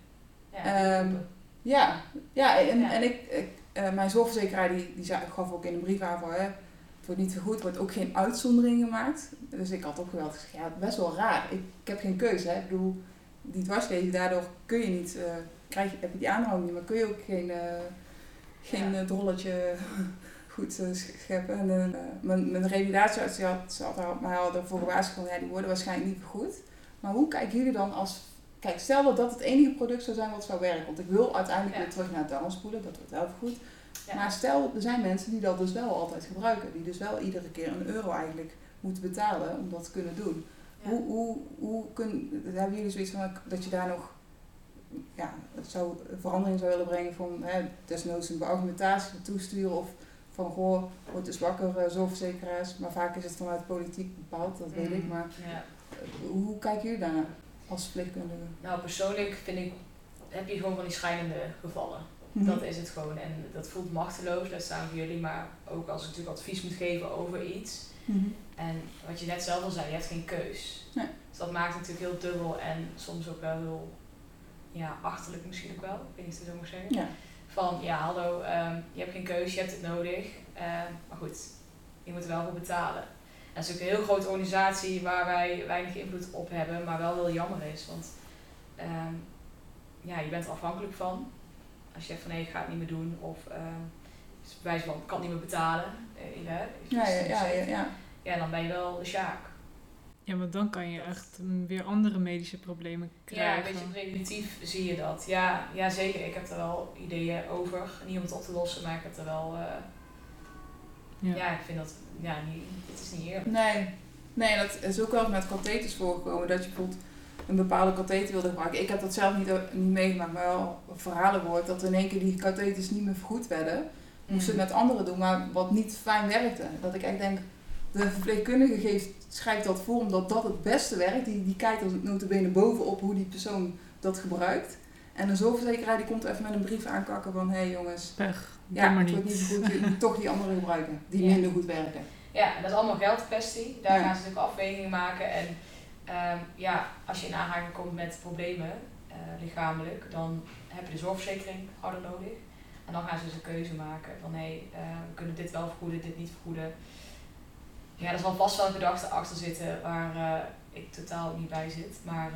En mijn zorgverzekeraar die gaf ook in een brief aan van, het wordt niet vergoed, er wordt ook geen uitzondering gemaakt. Dus ik had opgebeld en gezegd, best wel raar. Ik heb geen keuze. Hè. Ik bedoel, die dwarslezing, daardoor kun je niet, heb je die aanhouding niet, maar kun je ook geen drolletje goed scheppen. En mijn revalidatiearts mij al ervoor gewaarschuwd van, die worden waarschijnlijk niet vergoed. Maar hoe kijken jullie dan kijk, stel dat het enige product zou zijn wat zou werken. Want ik wil uiteindelijk weer terug naar het darmspoelen, dat wordt wel vergoed. Ja. Maar stel, er zijn mensen die dat dus wel altijd gebruiken. Die dus wel iedere keer €1 eigenlijk moeten betalen om dat te kunnen doen. Ja. Hebben jullie zoiets van dat je daar nog verandering zou willen brengen van desnoods een beargumentatie naartoe sturen of van wordt dus wakker zorgverzekeraars. Maar vaak is het vanuit politiek bepaald, dat weet ik. Maar hoe kijken jullie daarnaar als verpleegkundige? Nou, persoonlijk heb je gewoon van die schrijnende gevallen. Dat is het gewoon. En dat voelt machteloos, dat staan voor jullie, maar ook als ik natuurlijk advies moet geven over iets. En wat je net zelf al zei, je hebt geen keus. Nee. Dus dat maakt het natuurlijk heel dubbel en soms ook wel heel achterlijk misschien ook wel. Ik weet niet of ik het zo mag zeggen. Ja. Van, hallo, je hebt geen keus, je hebt het nodig. Maar goed, je moet er wel voor betalen. En dat is ook een heel grote organisatie waar wij weinig invloed op hebben, maar wel heel jammer is. Want je bent er afhankelijk van. Als je zegt van ik ga het niet meer doen of wijs van kan het niet meer betalen. Dan ben je wel de sjaak. Ja, want dan kan je echt weer andere medische problemen krijgen. Ja, een beetje preventief zie je dat. Ja, zeker. Ik heb er wel ideeën over. Niet om het op te lossen, maar ik heb er wel... ik vind dat... het is niet eerlijk. Nee, dat is ook wel eens met katheters voorgekomen. Dat je bijvoorbeeld een bepaalde katheter wilde gebruiken. Ik heb dat zelf niet meegemaakt, maar wel verhalen gehoord. Dat in één keer die katheters niet meer vergoed werden. Moesten het met anderen doen, maar wat niet fijn werkte. Dat ik echt denk... De verpleegkundige schrijft dat voor omdat dat het beste werkt. Die kijkt als nota bene bovenop hoe die persoon dat gebruikt. En een zorgverzekeraar die komt even met een brief aankakken van... Hé jongens, pech, het wordt niet goed. Je moet toch die andere gebruiken die minder goed werken. Ja, dat is allemaal geldkwestie. Daar gaan ze natuurlijk afwegingen maken. En als je in aanraking komt met problemen, lichamelijk, dan heb je de zorgverzekering harder nodig. En dan gaan ze dus een keuze maken van we kunnen dit wel vergoeden, dit niet vergoeden. Ja, er zal vast wel een gedachte achter zitten waar ik totaal niet bij zit. Maar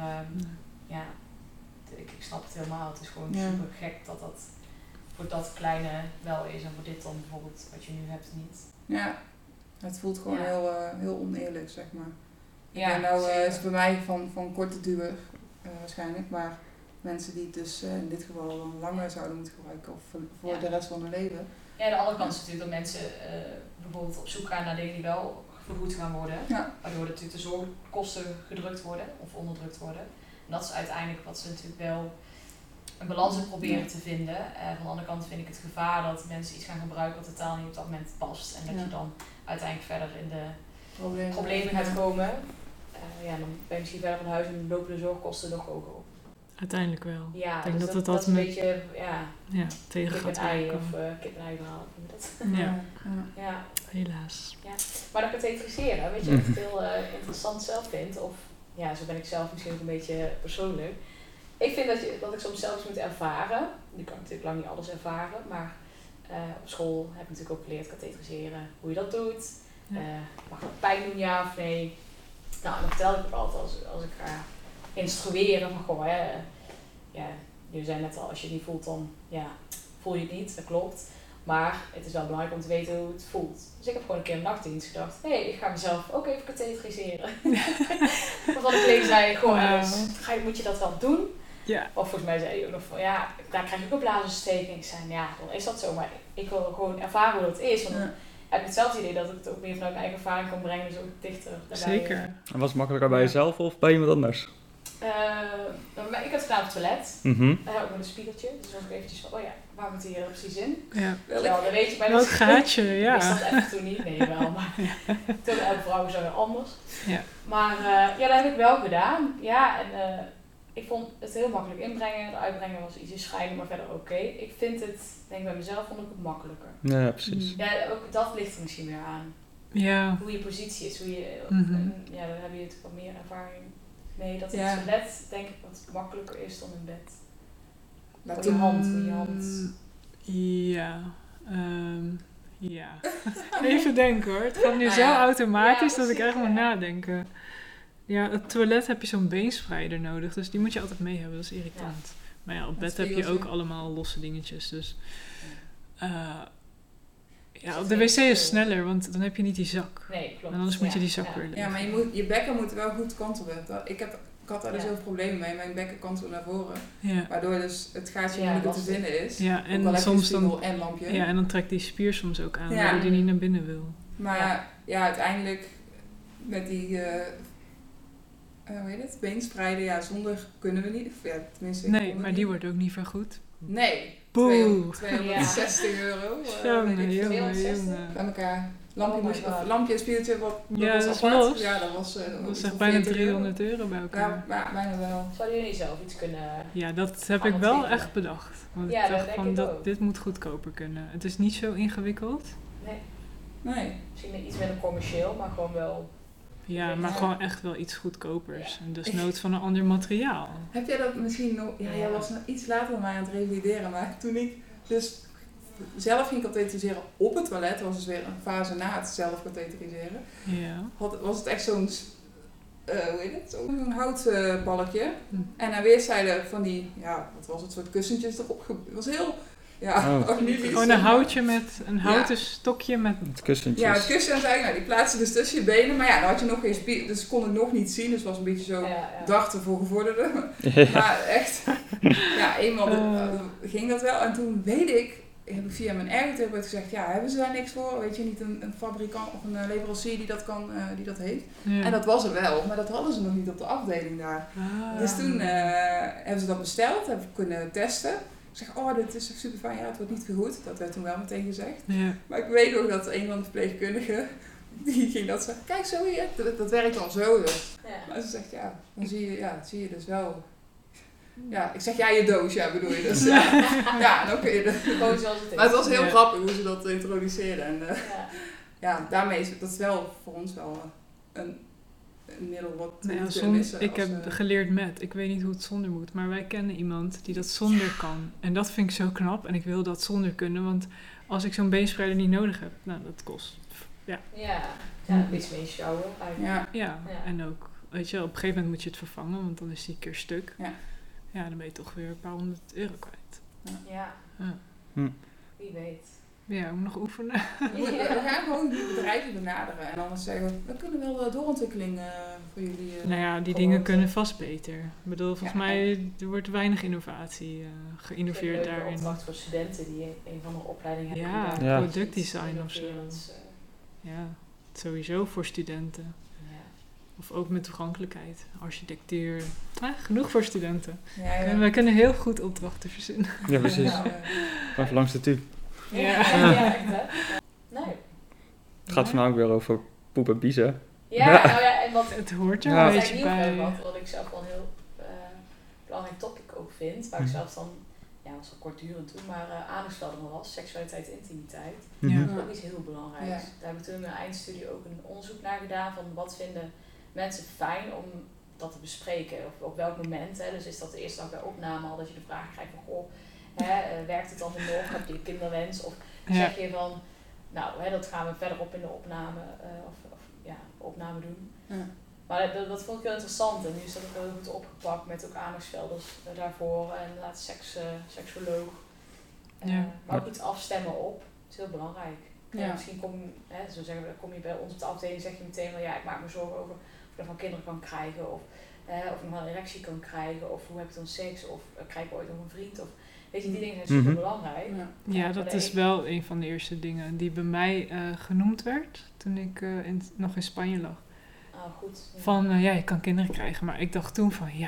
ik snap het helemaal. Het is gewoon super gek dat voor dat kleine wel is en voor dit dan bijvoorbeeld wat je nu hebt niet. Ja, het voelt gewoon heel oneerlijk, zeg maar. Is het bij mij van korte duur waarschijnlijk, maar mensen die het dus in dit geval dan langer zouden moeten gebruiken of voor de rest van hun leven. Ja, de andere kant is natuurlijk dat mensen bijvoorbeeld op zoek gaan naar dingen die wel vergoed gaan worden, waardoor natuurlijk de zorgkosten gedrukt worden of onderdrukt worden. En dat is uiteindelijk wat ze natuurlijk wel een balans in proberen te vinden. Van de andere kant vind ik het gevaar dat mensen iets gaan gebruiken wat totaal niet op dat moment past en dat je dan uiteindelijk verder in de problemen gaat komen. Dan ben je misschien verder van huis en lopen de zorgkosten nog hoger op. Uiteindelijk wel. Ja, ik denk dus dat is een beetje tegen kip en ei of kip en ei verhaal. Ja, helaas. Ja. Maar dat katheteriseren, weet je wat ik heel interessant zelf vind, of zo ben ik zelf misschien ook een beetje persoonlijk. Ik vind dat ik soms zelf eens moet ervaren. Nu kan ik natuurlijk lang niet alles ervaren, maar op school heb ik natuurlijk ook geleerd katheteriseren, hoe je dat doet. Mag dat pijn doen, ja of nee? Nou, dan vertel ik het altijd als ik ga instrueren van jullie zijn net al, als je het niet voelt dan voel je het niet, dat klopt. Maar het is wel belangrijk om te weten hoe het voelt. Dus ik heb gewoon een keer een nachtdienst gedacht, ik ga mezelf ook even katheteriseren. Want de collega zei, moet je dat wel doen? Ja. Of volgens mij zei je ook nog van, daar krijg ik ook blaasontsteking. Ik zei, dan is dat zo, maar ik wil gewoon ervaren hoe dat is. Want dan heb ik hetzelfde idee dat ik het ook meer vanuit mijn eigen ervaring kan brengen, dus ook dichter daarbij. Zeker. En was het makkelijker bij jezelf of bij iemand anders? Ik had het gedaan op het toilet. Ook met een spiegeltje. Dus was ik eventjes van, waar moet hier precies in? Ja. Wel, dat weet je bij Welk gaatje, ja. Ik wist dat even toen niet, nee wel, maar toen elke vrouw is weer anders. Ja. Maar dat heb ik wel gedaan. Ja, en ik vond het heel makkelijk inbrengen. Het uitbrengen was ietsje scheiden, maar verder oké. Ik vind het, denk bij mezelf, vond ik het makkelijker. Ja, precies. Ja, ook dat ligt er misschien weer aan. Ja. Hoe je positie is, hoe je, ja, daar heb je natuurlijk wat meer ervaring mee. Dat het toilet, denk ik, wat makkelijker is dan in bed. Voor je hand. Ja. Ja. Even denken hoor. Het gaat nu zo automatisch dat ik echt moet nadenken. Ja, het toilet heb je zo'n beenspreider nodig. Dus die moet je altijd mee hebben. Dat is irritant. Ja. Maar ja, op bed heb je ook allemaal losse dingetjes. Dus ja, op de wc is sneller, want dan heb je niet die zak. Nee, klopt. En anders moet je die zak weer leggen. Ja, maar je bekken moet wel goed kantelen. Ik had daar dus heel veel problemen mee. Mijn bekken kantelen naar voren. Ja. Waardoor dus het gaatje moeilijker te vinden is. Ja, en soms dan en lampje. Ja, en dan trekt die spier soms ook aan, waardoor die niet naar binnen wil. Maar ja uiteindelijk met die hoe heet het? Beenspreiden, ja, zonder kunnen we niet. Ja, tenminste, nee, maar die wordt ook niet vergoed. Nee. Boe. 260 euro. Jongen. Bij elkaar. Lampje en spiegeltje, wat ja, was dat is apart. los. Ja, dat was echt bijna 300 euro bij elkaar. Ja, bijna wel. Zou jullie zelf iets kunnen... Ja, dat heb ik wel echt bedacht. Want ja, ik dacht van, dit moet goedkoper kunnen. Het is niet zo ingewikkeld. Nee. Misschien iets minder commercieel, maar gewoon wel... Ja, maar gewoon echt wel iets goedkopers. Ja. En dus nood van een ander materiaal. Heb jij dat misschien nog... Ja, jij was nog iets later dan mij aan het revalideren. Maar toen ik dus zelf ging katheteriseren op het toilet, was dus weer een fase na het zelf katheteriseren. Ja. Was het echt zo'n... hoe heet het? Zo'n houtbalkje. En aan weerszijden van die... Ja, wat was het? Soort kussentjes erop. Het was heel... Ja, een houtje met een houten stokje met kussentjes. Ja, het kussen eigenlijk, die plaatsen dus tussen je benen. Maar ja, dan had je nog geen spier, dus kon ik nog niet zien. Dus het was een beetje zo dachten voor gevorderden. Ja. Maar echt, ja, eenmaal ging dat wel. En toen heb ik via mijn ergotherapeut gezegd, ja, hebben ze daar niks voor? Weet je, niet een fabrikant of een leverancier die dat kan, die dat heeft? Ja. En dat was er wel, maar dat hadden ze nog niet op de afdeling daar. Dus toen hebben ze dat besteld, hebben we kunnen testen. Ik zeg, dit is echt super fijn, ja, het wordt niet vergoed. Dat werd toen wel meteen gezegd. Ja. Maar ik weet nog dat een van de verpleegkundigen, die ging dat zeggen, kijk zo hier, dat werkt dan zo dus. Ja. Maar ze zegt, ja, dan zie je dus wel. Ja, ik zeg, je doos, bedoel je dus. Ja, dan kun je gewoon zoals het is. Maar het was heel grappig hoe ze dat introduceerden. En daarmee is dat wel voor ons wel een middel wat ik heb geleerd met. Ik weet niet hoe het zonder moet. Maar wij kennen iemand die dat zonder kan. En dat vind ik zo knap. En ik wil dat zonder kunnen. Want als ik zo'n beenspreider niet nodig heb, nou, dat kost. Ja, een beetje mee sjouwen. Ja, en ook, weet je, op een gegeven moment moet je het vervangen. Want dan is die een keer stuk. Ja, dan ben je toch weer een paar €100 kwijt. Ja. Wie weet. Ja, we nog oefenen. We gaan gewoon die bedrijven benaderen. En anders zeggen we kunnen wel doorontwikkeling voor jullie. Nou ja, die dingen kunnen vast beter. Ik bedoel, volgens mij er wordt weinig innovatie geïnnoveerd daarin. Ik opdracht voor studenten die een van de opleidingen hebben. Ja, productdesign of zo. Ja, sowieso voor studenten. Of ook met toegankelijkheid, architectuur. Genoeg voor studenten. Ja. Wij kunnen heel goed opdrachten verzinnen. Ja, precies. Even langs de tube. Ja, echt hè. Nee. Het gaat vandaag ook weer over poep en biezen. Ja, en wat het hoort er een beetje bij. Wat ik zelf wel een heel belangrijk topic ook vind, waar ik zelf dan, was al kortdurend toen, maar aandachtsvelden was, seksualiteit en intimiteit. Dat is ook iets heel belangrijks. Ja. Daar heb ik toen in mijn eindstudie ook een onderzoek naar gedaan van wat vinden mensen fijn om dat te bespreken, of op welk moment. Hè. Dus is dat de eerste dag bij opname al dat je de vraag krijgt van, werkt het dan nog? Heb je kinderwens? Of zeg je van, dat gaan we verderop in de opname, opname doen. Ja. Maar dat vond ik heel interessant en nu is dat ook heel goed opgepakt met ook aandachtsvelden daarvoor en inderdaad seksoloog. Maar ook iets afstemmen op, dat is heel belangrijk. Ja. Misschien kom je bij ons op de afdeling zeg je meteen van ik maak me zorgen over of ik van kinderen kan krijgen of ik nog wel een erectie kan krijgen of hoe heb ik dan seks of krijg ik ooit nog een vriend of weet je, die dingen zijn super belangrijk. Ja, dat is wel een van de eerste dingen die bij mij genoemd werd toen ik nog in Spanje lag. Goed. Ja. Van je kan kinderen krijgen, maar ik dacht toen van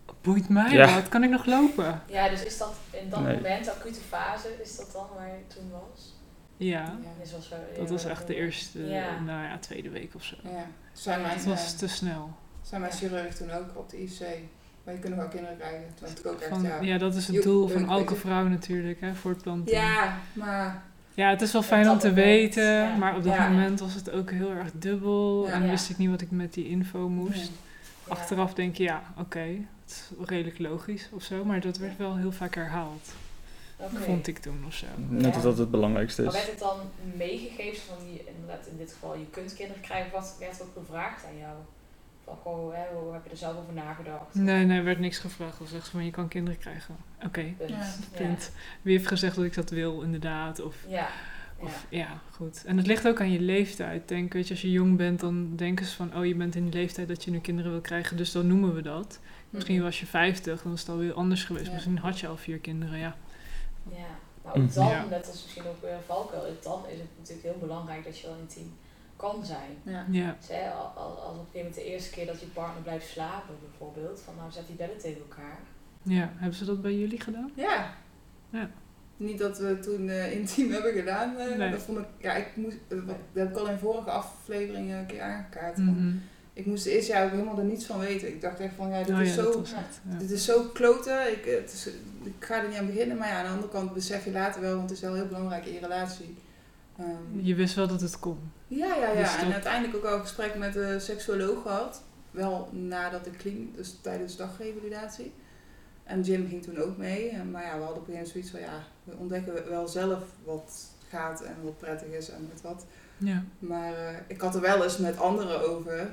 Boeit mij Ja. wat? Kan ik nog lopen? Ja, dus is dat in dat Nee. moment, acute fase, is dat dan waar je toen was? Ja, Dus was dat was echt de eerste, Ja. tweede week of zo. Ja. Zijn Het was te snel. mijn chirurg toen ook op de IC. Maar je kunt nog wel kinderen krijgen. Toen was ik ook echt, Ja, dat is het Je- doel je- van elke je- vrouw natuurlijk, hè, voortplanting. Ja, maar... Ja, het is wel fijn Op om dat te moment, weten, ja. maar op dat Ja. moment was het ook heel erg dubbel. Ja. En Ja. wist ik niet wat ik met die info moest. Nee. Achteraf denk je, ja, oké, het is redelijk logisch of zo. Maar dat werd wel heel vaak herhaald, Oké. vond ik toen of zo. Net als dat het belangrijkste Maar is. werd het dan meegegeven van, inderdaad in dit geval, je kunt kinderen krijgen, wat werd er ook gevraagd aan jou? Van, goh, hoe heb je er zelf over nagedacht? Nee, er werd niks gevraagd. Al zegt ze van, je kan kinderen krijgen. Oké, Punt. Ja. punt. Wie heeft gezegd dat ik dat wil, inderdaad? Of Ja. ja, goed. En het ligt ook aan je leeftijd. Denk, weet je, als je jong bent, dan denken ze van... oh, je bent in die leeftijd dat je nu kinderen wil krijgen, dus dan noemen we dat. Misschien was je 50, dan is het alweer anders geweest. Ja. Misschien had je al 4 kinderen, ja. Ja, maar ook dan, Ja. net als misschien ook weer een valkuil, dan is het natuurlijk heel belangrijk dat je wel intiem kan zijn. Ja. Ja, Dus, hè, als op een gegeven moment de eerste keer dat je partner blijft slapen bijvoorbeeld, van nou zet die bedden tegen elkaar. ja. Hebben ze dat bij jullie gedaan? Ja. Ja. Niet dat we toen intiem hebben gedaan. Nee. Dat vond ik... Ja, ik moest... dat heb ik al in vorige afleveringen een keer aangekaart. Mhm. Ik moest de eerste jaar ook helemaal er niets van weten. Ik dacht echt van, ja, dit Oh is ja, dat zo... was het. Ja. Dit is zo kloten, ik ga er niet aan beginnen, maar ja, aan de andere kant besef je later wel, want het is wel heel belangrijk in je relatie. Je wist wel dat het kon. Ja. Dus En dat- uiteindelijk ook al een gesprek met de seksuoloog gehad. Wel nadat dus tijdens dagrevalidatie. En Jim ging toen ook mee. Maar ja, we hadden op een gegeven moment zoiets van, ja, we ontdekken wel zelf wat gaat en wat prettig is en met wat. Ja. Maar ik had er wel eens met anderen over,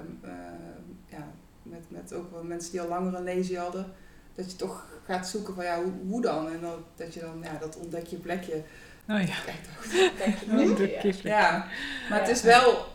met ook wel mensen die al langer een lesie hadden, dat je toch gaat zoeken van ja, hoe dan? En dat je dan, ja, dat ontdek je plekje. Oh ja. Ik dacht, Denk je Een nooit, druk ja. kiffer. ja, maar het is wel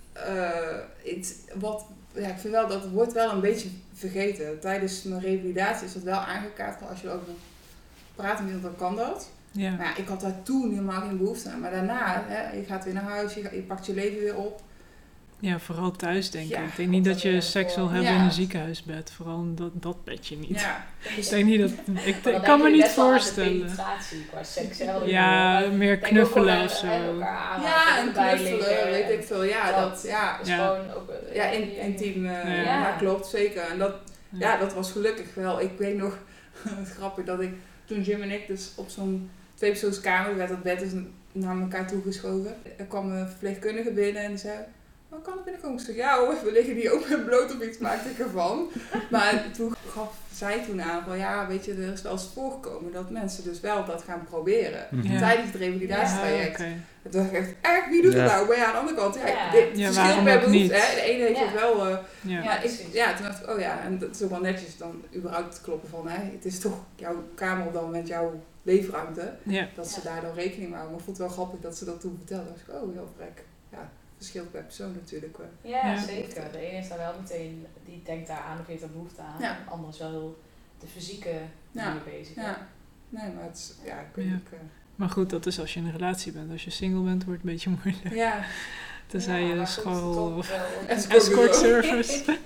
iets wat, ja, ik vind wel dat het wordt wel een beetje vergeten. Tijdens mijn revalidatie is dat wel aangekaart van als je erover praat met iemand, dan kan dat. Ja. Maar ja, ik had daar toen helemaal geen behoefte aan. Maar daarna, hè, je gaat weer naar huis, je pakt je leven weer op. Ja, vooral thuis denk Ja, ik. Ik denk niet dat je dan seks wil weer hebben Ja. in een ziekenhuisbed. Vooral dat bedje niet. Ja, Ik denk niet dat... Ik Maar dan kan me denk je niet best wel aan de voorstellen. penetratie qua seks. Hè, Ja, meer knuffelen of zo. ja, en knuffelen, weet ik veel. Ja, dat ja, is Ja. gewoon ook... ja intiem. Ja. Ja, klopt, zeker. En dat, Ja. ja, dat was gelukkig wel. Ik weet nog, het grappig, dat ik toen Jim en ik dus op zo'n tweepersoonskamer, werd dat bed dus naar elkaar toegeschoven. Er kwam een verpleegkundige binnen en die zei, oh, kan ik binnenkomen? Ik zeg, ja hoor, we liggen hier ook met bloot of iets, maakte ik ervan. Maar toen gaf zij toen aan van, ja, weet je, er is wel eens voorgekomen dat mensen dus wel dat gaan proberen. Mhm. Ja. Tijdens het revalidatietraject. Oké. En toen dacht ik echt, wie doet dat Ja. nou? Maar ja, aan de andere kant, ja, Ja. dit Ja, verschilt waarom per ook behoefte. niet? Hè? De ene heeft Ja. het wel... Ja. maar precies. toen dacht ik, oh ja, en dat is ook wel netjes dan überhaupt te kloppen van, hè, het is toch jouw kamer op dat moment, jouw leefruimte, Ja. dat ze daar dan rekening mee houden. Maar ik vond het wel grappig dat ze dat toen vertelde. Toen dacht ik, oh, heel vrek. Ja, verschilt per persoon natuurlijk. Ja, Ja. zeker. De ene is daar wel meteen, die denkt daar aan of heeft er behoefte aan. Ja. De andere is wel heel de fysieke Ja. manier bezig. Ja, nee, maar het is, ja, ik weet Ja. niet. Maar goed, dat is als je in een relatie bent. Als je single bent, wordt het een beetje moeilijk. Ja, Tenzij Ja, je maar de goed, school toch of wel. escort service.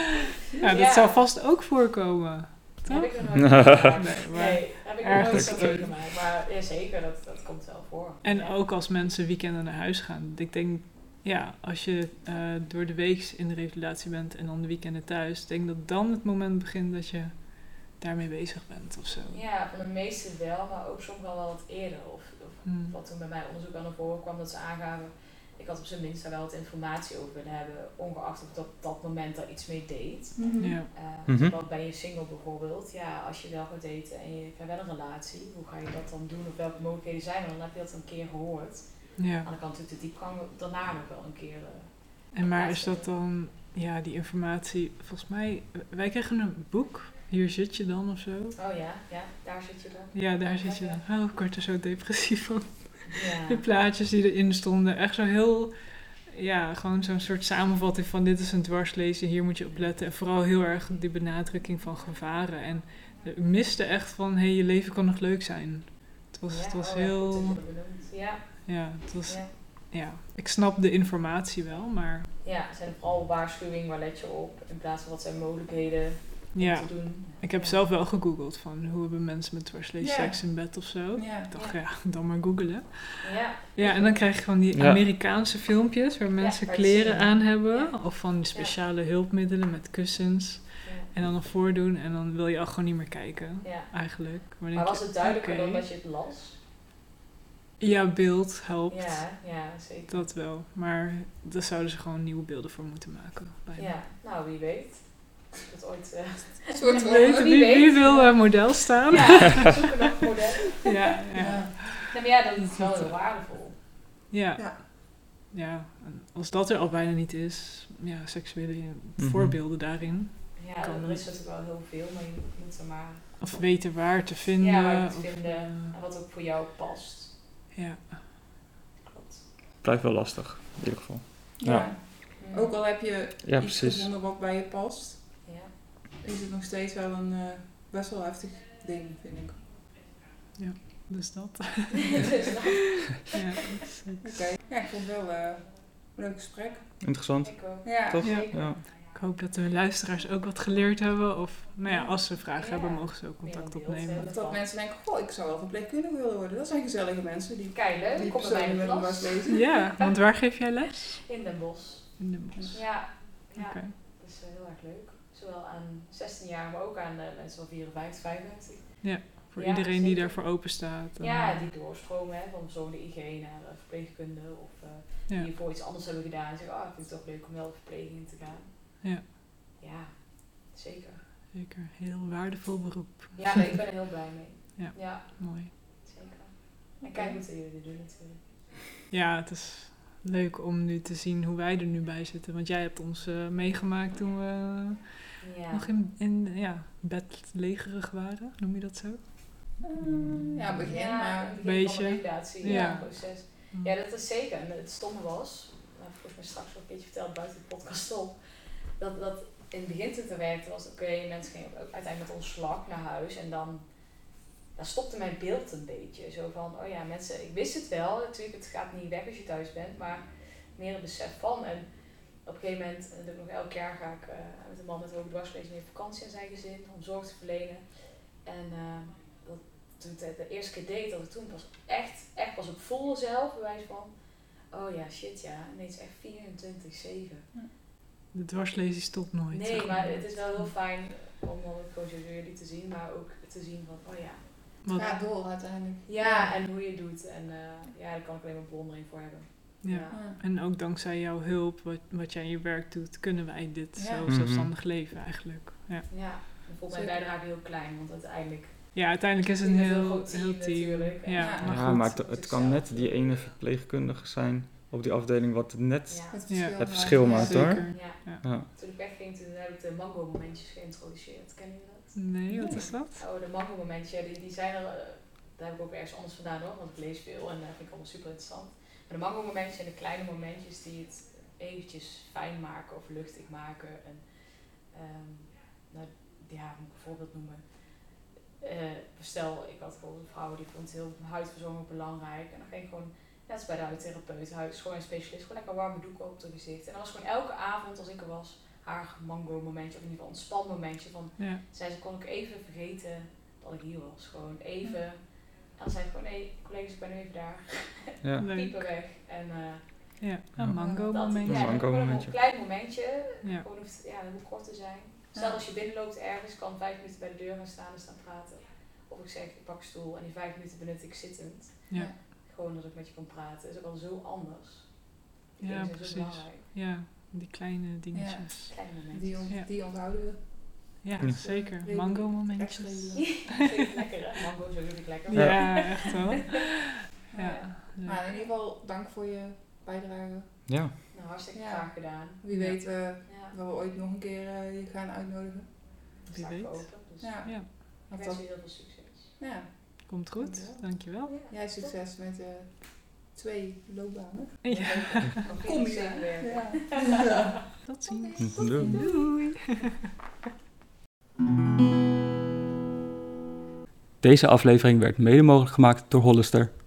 Ja, dat Ja. zou vast ook voorkomen. Heb Toch? ik er nooit meegemaakt. Nee, maar Nee, heb ik nog ergens nooit zo ook. meegemaakt. Maar ja, zeker, dat komt wel voor. En Ja. ook als mensen weekenden naar huis gaan. Ik denk, ja, als je door de week in de revalidatie bent en dan de weekenden thuis, ik denk dat dan het moment begint dat je daarmee bezig bent of zo. Ja, van de meeste wel, maar ook soms wel wat eerder. Of Hmm. wat toen bij mij onderzoek aan naar voren kwam, dat ze aangaven, ik had op zijn minst daar wel wat informatie over willen hebben, ongeacht of dat op dat moment daar iets mee deed. Ja. Mhm. Terwijl ben je single bijvoorbeeld, ja, als je wel gaat daten en je krijgt wel een relatie, hoe ga je dat dan doen of welke mogelijkheden zijn er? Dan heb je dat een keer gehoord. Ja. Aan de kant natuurlijk de diepgang daarna nog wel een keer. En maar is dat dan, ja, die informatie, volgens mij, wij kregen een boek, hier zit je dan of zo. Oh ja, daar zit je dan. Ja, daar zit je dan. Oh, ik word er zo depressief van. De Ja. plaatjes die erin stonden, echt zo heel, ja, gewoon zo'n soort samenvatting van dit is een dwarslezen, hier moet je op letten. En vooral heel erg die benadrukking van gevaren. En ik miste echt van, hé, je leven kan nog leuk zijn. Het was Ja, heel, goed dat je dat benoemt. Ja, ja, het was, ja. ja. Ik snap de informatie wel, maar Ja, het zijn vooral waarschuwingen, waar let je op, in plaats van wat zijn mogelijkheden. Ja, te doen. ik heb zelf wel gegoogeld van hoe hebben mensen met dwarslezen Ja. seks in bed of zo. Ja. Ik dacht, dan maar googelen. Ja. Ja, en dan krijg je gewoon die Ja. Amerikaanse filmpjes waar mensen waar je kleren ziet. aan hebben. Ja. Of van die speciale hulpmiddelen met kussens. Ja. En dan een voordoen en dan wil je al gewoon niet meer kijken, Ja. eigenlijk. Maar denk was je, het duidelijker oké. dan dat je het las? Ja, beeld helpt. Ja, zeker. Dat wel. Maar daar zouden ze gewoon nieuwe beelden voor moeten maken. Bijna. Ja, nou wie weet. Als ik het ooit... Een soort van... Weet, Wie weet. wie wil model staan? Ja, zoeken nog een model. ja. Ja. Nee, maar ja, dat is wel heel waardevol. Ja. Ja. Ja, en als dat er al bijna niet is, ja, seksuele voorbeelden daarin. Ja, Kan er is natuurlijk wel heel veel, maar je moet er maar... Of weten waar te vinden. Ja, waar je het of, vinden en wat ook voor jou past. ja. Klopt. Blijft wel lastig, in ieder geval. Ja. Ook al heb je Ja, iets precies. gevonden wat bij je past, Ja. is het nog steeds wel een best wel heftig ding, vind ik. Dus dat. Dus dat, ja, Oké. Ja, ik vond het wel een leuk gesprek. Interessant. ik ook. Ja. Toch? Ja. Zeker. Ja. ik hoop dat de luisteraars ook wat geleerd hebben. Of, nou ja, Ja. als ze vragen Ja. hebben, mogen ze ook Meer contact dan beeld opnemen. hebben. Of dat mensen denken, goh, ik zou wel verpleegkundige willen worden. Dat zijn gezellige mensen die Keileuk, die kom bij mij personen in met de een klas. was lezen. Ja, want waar geef jij les? In Den Bosch. In de bos. Ja, ja. Oké. Dat is heel erg leuk. Zowel aan 16 jaar, maar ook aan mensen van 54, 55. Voor Ja, iedereen die zeker. daarvoor open staat. Ja, die doorstromen hè, van zo'n de IG naar verpleegkunde of ja. die voor iets anders hebben gedaan en zeggen, ik vind het toch leuk om wel de verpleging in te gaan. Ja. Ja, zeker. Zeker. Heel waardevol beroep. Ja, nee, ik ben er heel blij mee. Ja. Ja, Mooi. zeker. En kijk wat jullie doen natuurlijk. Ja, het is leuk om nu te zien hoe wij er nu bij zitten. Want jij hebt ons meegemaakt toen we Ja. nog in bedlegerig waren. Noem je dat zo? Ja, begin, Ja, maar... in het begin Beetje. van de revalidatie, Ja. het proces. Ja, dat is zeker. En het stomme was, volgens mij straks nog een keertje verteld buiten de podcast op, dat in het begin toen het werkte was, oké, mensen gingen uiteindelijk met ontslag naar huis en dan stopte mijn beeld een beetje. Zo van, oh ja, mensen, ik wist het wel, natuurlijk, het gaat niet weg als je thuis bent, maar meer het besef van. En op een gegeven moment, en dat doe ik nog elk jaar, ga ik met een man met hoge dwarslezing mee op vakantie aan zijn gezin om zorg te verlenen. En toen ik de eerste keer deed, dat ik toen pas echt pas op voelde zelf, bewijs van, oh ja, shit ja, nee, het is echt 24/7. De dwarslezing stopt nooit. Nee, zeg maar het is wel heel fijn om dan ook gewoon sowieso jullie te zien, maar ook te zien van, oh ja. Wat- Ga door uiteindelijk. Ja, en hoe je het doet. En ja, daar kan ik alleen maar bewondering voor hebben. ja. Ja. En ook dankzij jouw hulp, wat jij in je werk doet, kunnen wij dit Ja. zo Mhm. zelfstandig leven eigenlijk. Ja, Ja, en volgens mij bijdrage heel klein, want uiteindelijk... ja uiteindelijk is het Het een is een heel heel, groot team heel team. natuurlijk. En Ja, Ja. maar Ja, goed. maar het kan net die ene verpleegkundige zijn op die afdeling wat net... Ja. Het verschil maakt, hoor. Zeker. Ja. Ja. Toen ik wegging, toen heb ik de mango-momentjes geïntroduceerd. Kennen jullie dat? Nee, wat is dat? Oh, de mango-momentjes, ja, die zijn er... daar heb ik ook ergens anders vandaan hoor, want ik lees veel en dat vind ik allemaal super interessant. Maar de mango-momentjes zijn de kleine momentjes die het eventjes fijn maken of luchtig maken. En, nou, ja, moet ik een voorbeeld noemen. Stel, ik had gewoon een vrouw die vond heel huidverzorging belangrijk. En dan ging ik gewoon, net als bij de huidtherapeut, huidschooispecialist, gewoon lekker warme doeken op het gezicht. En dan was gewoon elke avond als ik er was, haar mango-momentje, of in ieder geval een ontspanmomentje. Van, Ja. zei ze, kon ik even vergeten dat ik hier was. Gewoon even. En dan zei ik gewoon, nee, collega's, ik ben nu even daar. Ja. Piepen Leuk. weg. En Ja, een mango dat, momentje. ja, Een mango gewoon momentje. een klein momentje. Ja. Gewoon hoeft, ja, dat moet kort te zijn. Stel Ja. als je binnenloopt ergens, kan 5 minuten bij de deur gaan staan en staan praten. Of ik zeg, ik pak een stoel en die 5 minuten benut ik zittend. Ja. Gewoon dat ik met je kan praten. Dat is ook al zo anders. Die Ja, dingen zijn precies. zo belangrijk. Ja, die kleine dingetjes. Kleine momentjes. Die onthouden we. Ja, Ja. zeker. Redelijk Mango momentjes. extra Lekker hè? Mango is ook really lekker. Ja, echt wel. Ja, Ja. leuk. Maar in ieder geval, dank voor je bijdrage. Ja. Nou, hartstikke Ja. graag gedaan. Wie weet Ja. dat we ooit nog een keer je gaan uitnodigen. Wie Sta ik weet. voor open. Dus Ja. Ja, ik Of wens dat, jullie heel veel succes. ja. komt goed. Dankjewel. Jij succes met 2 loopbanen. Ja, Kom je. Ja. tot ziens. Doei. Doei. Deze aflevering werd mede mogelijk gemaakt door Hollister.